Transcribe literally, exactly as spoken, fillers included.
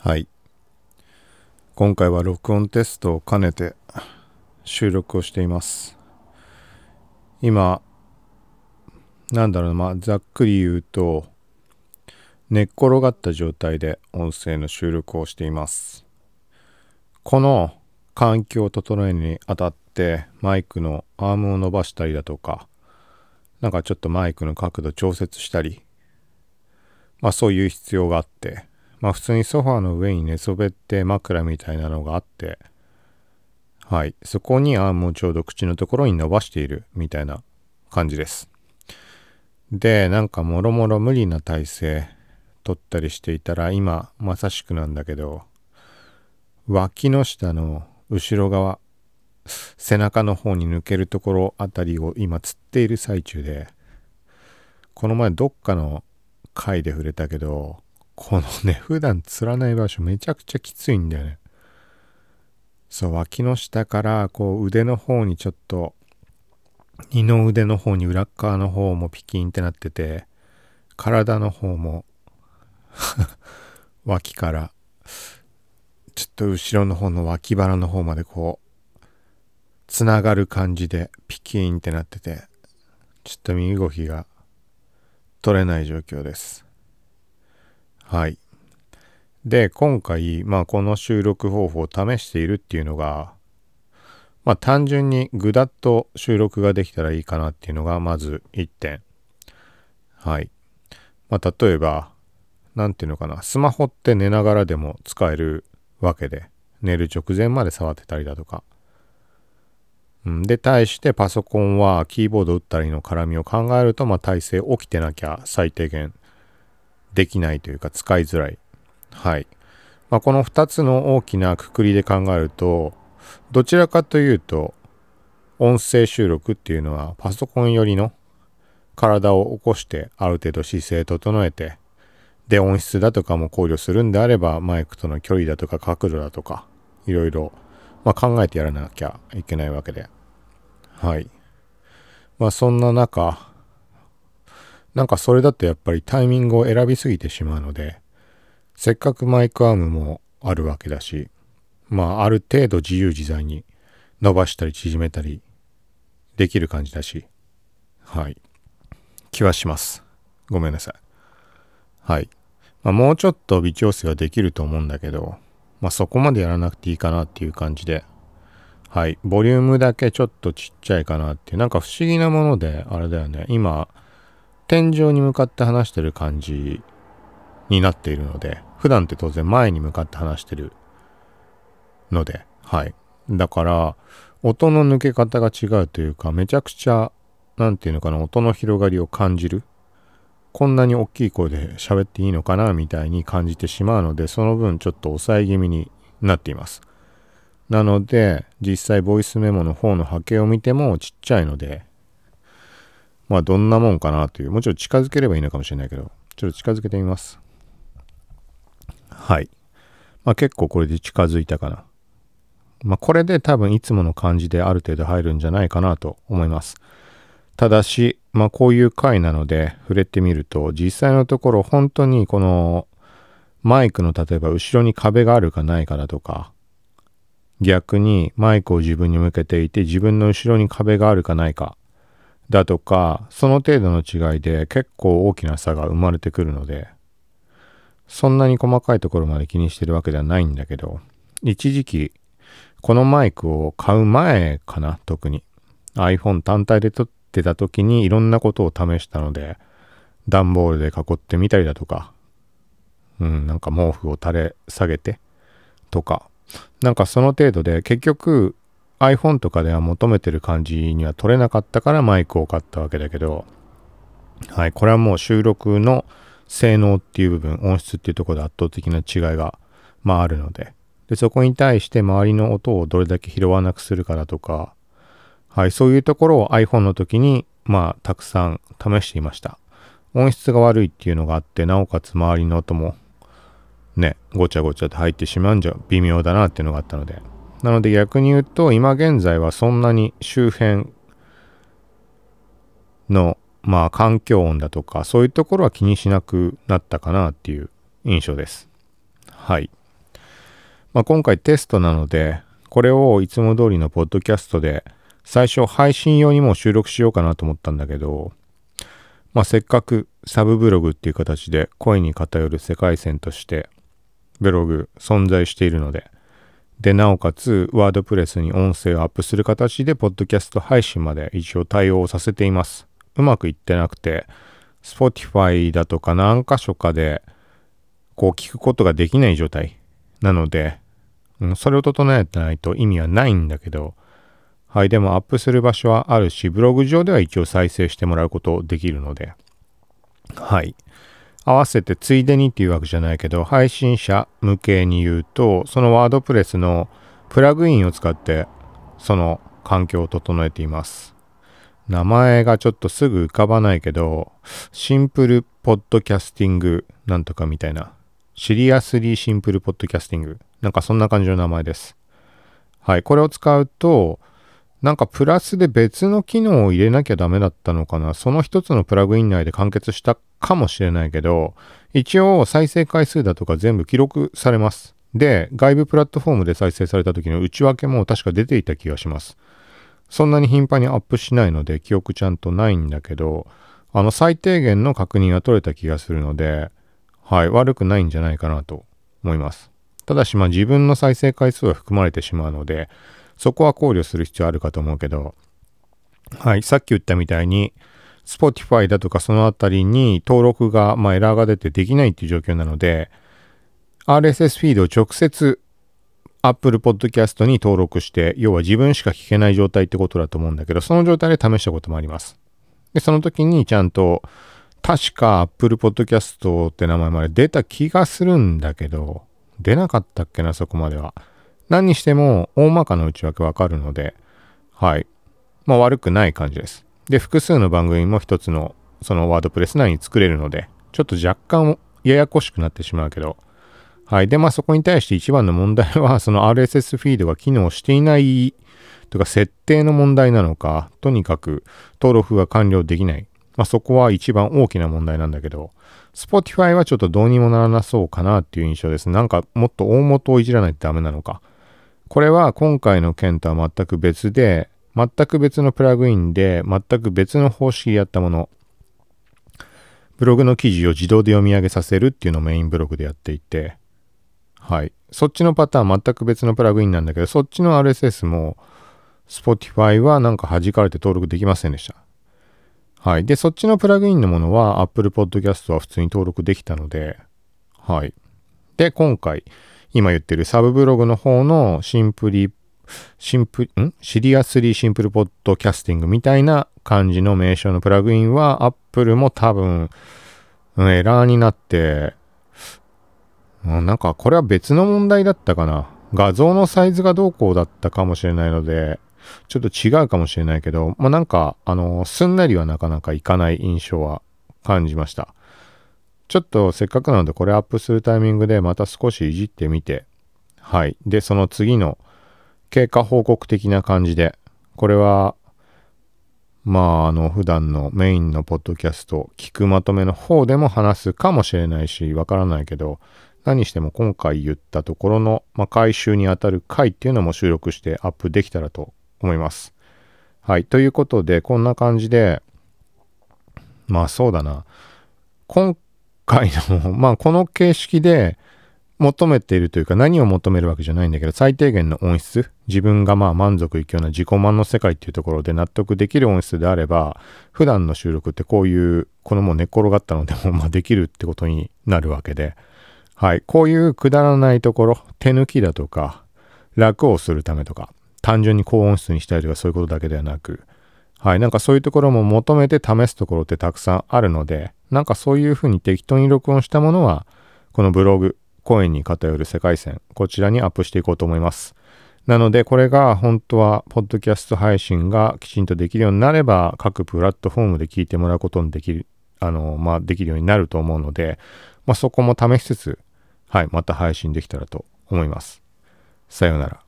はい。今回は録音テストを兼ねて収録をしています。今、なんだろうな、まあ、ざっくり言うと、寝っ転がった状態で音声の収録をしています。この環境を整えるにあたって、マイクのアームを伸ばしたりだとか、なんかちょっとマイクの角度調節したり、まあそういう必要があって、まあ普通にソファーの上に寝そべって枕みたいなのがあって、はい。そこにアームをちょうど口のところに伸ばしているみたいな感じです。で、なんかもろもろ無理な体勢取ったりしていたら、今まさしくなんだけど、脇の下の後ろ側、背中の方に抜けるところあたりを今つっている最中で、この前どっかの回で触れたけど、このね、普段つらない場所めちゃくちゃきついんだよね。そう、脇の下からこう腕の方にちょっと二の腕の方に裏側の方もピキンってなってて、体の方も脇からちょっと後ろの方の脇腹の方までこうつながる感じでピキンってなってて、ちょっと身動きが取れない状況です。はい。で、今回まあこの収録方法を試しているっていうのが、まあ単純にぐだっと収録ができたらいいかなっていうのがまずいってん。はい。まあ例えばなんていうのかな、スマホって寝ながらでも使えるわけで、寝る直前まで触ってたりだとか、うん、で対してパソコンはキーボード打ったりの絡みを考えると、まあ体勢起きてなきゃ最低限できないというか使いづらい。はい。まあ、このふたつの大きなくくりで考えると、どちらかというと音声収録っていうのはパソコン寄りの、体を起こしてある程度姿勢整えて、で音質だとかも考慮するんであれば、マイクとの距離だとか角度だとかいろいろ、まあ、考えてやらなきゃいけないわけで、はい。まあそんな中、なんかそれだとやっぱりタイミングを選びすぎてしまうので、せっかくマイクアームもあるわけだし、まあある程度自由自在に伸ばしたり縮めたりできる感じだし、はい、気はします。ごめんなさい。はい。まあ、もうちょっと微調整はできると思うんだけど、まあそこまでやらなくていいかなっていう感じで、はい。ボリュームだけちょっとちっちゃいかなっていう、なんか不思議なもので、あれだよね。今、天井に向かって話してる感じになっているので、普段って当然前に向かって話してるので、はい。だから、音の抜け方が違うというか、めちゃくちゃ、なんていうのかな、音の広がりを感じる。こんなに大きい声で喋っていいのかなみたいに感じてしまうので、その分ちょっと抑え気味になっています。なので、実際ボイスメモの方の波形を見てもちっちゃいので、まあどんなもんかなという、もちろん近づければいいのかもしれないけど、ちょっと近づけてみます。はい。まあ結構これで近づいたかな。まあこれで多分いつもの感じである程度入るんじゃないかなと思います。ただし、まあこういう回なので触れてみると、実際のところ本当にこのマイクの例えば後ろに壁があるかないかだとか、逆にマイクを自分に向けていて自分の後ろに壁があるかないかだとか、その程度の違いで結構大きな差が生まれてくるので、そんなに細かいところまで気にしてるわけではないんだけど、一時期このマイクを買う前かな、特に iPhone 単体で撮ってた時にいろんなことを試したので、段ボールで囲ってみたりだとか、うん、なんか毛布を垂れ下げてとか、なんかその程度で結局 iPhone とかでは求めてる感じには撮れなかったからマイクを買ったわけだけど、はい、これはもう収録の性能っていう部分、音質っていうところで圧倒的な違いが、まあ、あるので、でそこに対して周りの音をどれだけ拾わなくするかだとか、はい、そういうところを iPhone の時にまあたくさん試していました。音質が悪いっていうのがあって、なおかつ周りの音もね、ごちゃごちゃと入ってしまうんじゃ微妙だなっていうのがあったので、なので逆に言うと今現在はそんなに周辺のまあ環境音だとかそういうところは気にしなくなったかなっていう印象です。はい。 まあ、今回テストなので、これをいつも通りのポッドキャストで最初配信用にも収録しようかなと思ったんだけど、まあ、せっかくサブブログっていう形で声に偏る世界線としてブログ存在しているので、で、なおかつワードプレスに音声をアップする形でポッドキャスト配信まで一応対応させています。うまくいってなくて、Spotify だとか何箇所かでこう聞くことができない状態なので、うん、それを整えてないと意味はないんだけど、はい、でもアップする場所はあるし、ブログ上では一応再生してもらうことできるので、はい。合わせてついでにっていうわけじゃないけど、配信者向けに言うと、そのワードプレスのプラグインを使ってその環境を整えています。名前がちょっとすぐ浮かばないけど、シンプルポッドキャスティングなんとかみたいな、シリアスリーシンプルポッドキャスティング、なんかそんな感じの名前です。はい、これを使うと、なんかプラスで別の機能を入れなきゃダメだったのかな。その一つのプラグイン内で完結したかもしれないけど、一応再生回数だとか全部記録されます。で、外部プラットフォームで再生された時の内訳も確か出ていた気がします。そんなに頻繁にアップしないので記憶ちゃんとないんだけど、あの最低限の確認は取れた気がするので、はい、悪くないんじゃないかなと思います。ただしまあ自分の再生回数は含まれてしまうので、そこは考慮する必要あるかと思うけど、はい、さっき言ったみたいに、Spotify だとかそのあたりに登録が、まあエラーが出てできないっていう状況なので、アールエスエス フィードを直接 Apple Podcast に登録して、要は自分しか聞けない状態ってことだと思うんだけど、その状態で試したこともあります。で、その時にちゃんと、確か Apple Podcast って名前まで出た気がするんだけど、出なかったっけな、そこまでは。何にしても大まかな内訳わかるので、はい。まあ悪くない感じです。で、複数の番組も一つのそのワードプレス内に作れるので、ちょっと若干ややこしくなってしまうけど、はい。で、まあそこに対して一番の問題は、その アールエスエス フィードが機能していないとか設定の問題なのか、とにかく登録が完了できない。まあそこは一番大きな問題なんだけど、Spotify はちょっとどうにもならなそうかなっていう印象です。なんかもっと大元をいじらないとダメなのか。これは今回の件とは全く別で、全く別のプラグインで、全く別の方式でやったもの。ブログの記事を自動で読み上げさせるっていうのをメインブログでやっていて、はい。そっちのパターン全く別のプラグインなんだけど、そっちの アールエスエス も Spotify はなんか弾かれて登録できませんでした。はい。で、そっちのプラグインのものは Apple Podcast は普通に登録できたので、はい。で、今回、今言ってるサブブログの方のシンプリ、シンプ、んシリアスリーシンプルポッドキャスティングみたいな感じの名称のプラグインは Apple も多分、エラーになって、なんかこれは別の問題だったかな。画像のサイズがどうこうだったかもしれないので、ちょっと違うかもしれないけど、まあなんか、あの、すんなりはなかなかいかない印象は感じました。ちょっとせっかくなのでこれアップするタイミングでまた少しいじってみて、はい。で、その次の経過報告的な感じで、これは、まあ、あの、普段のメインのポッドキャスト、聞くまとめの方でも話すかもしれないし、わからないけど、何しても今回言ったところの、まあ、回収にあたる回っていうのも収録してアップできたらと思います。はい。ということで、こんな感じで、まあそうだな。今回の、まあこの形式で求めているというか何を求めるわけじゃないんだけど、最低限の音質、自分がまあ満足いくような自己満の世界っていうところで納得できる音質であれば、普段の収録ってこういう、このもう寝っ転がったのでもまあできるってことになるわけで、はい。こういうくだらないところ、手抜きだとか、楽をするためとか、単純に高音質にしたいとかそういうことだけではなく、はい。なんかそういうところも求めて試すところってたくさんあるので、なんかそういうふうに適当に録音したものは、このブログ、声に偏る世界線、こちらにアップしていこうと思います。なので、これが本当は、ポッドキャスト配信がきちんとできるようになれば、各プラットフォームで聞いてもらうことにできる、あの、まあ、できるようになると思うので、まあ、そこも試しつつ、はい、また配信できたらと思います。さようなら。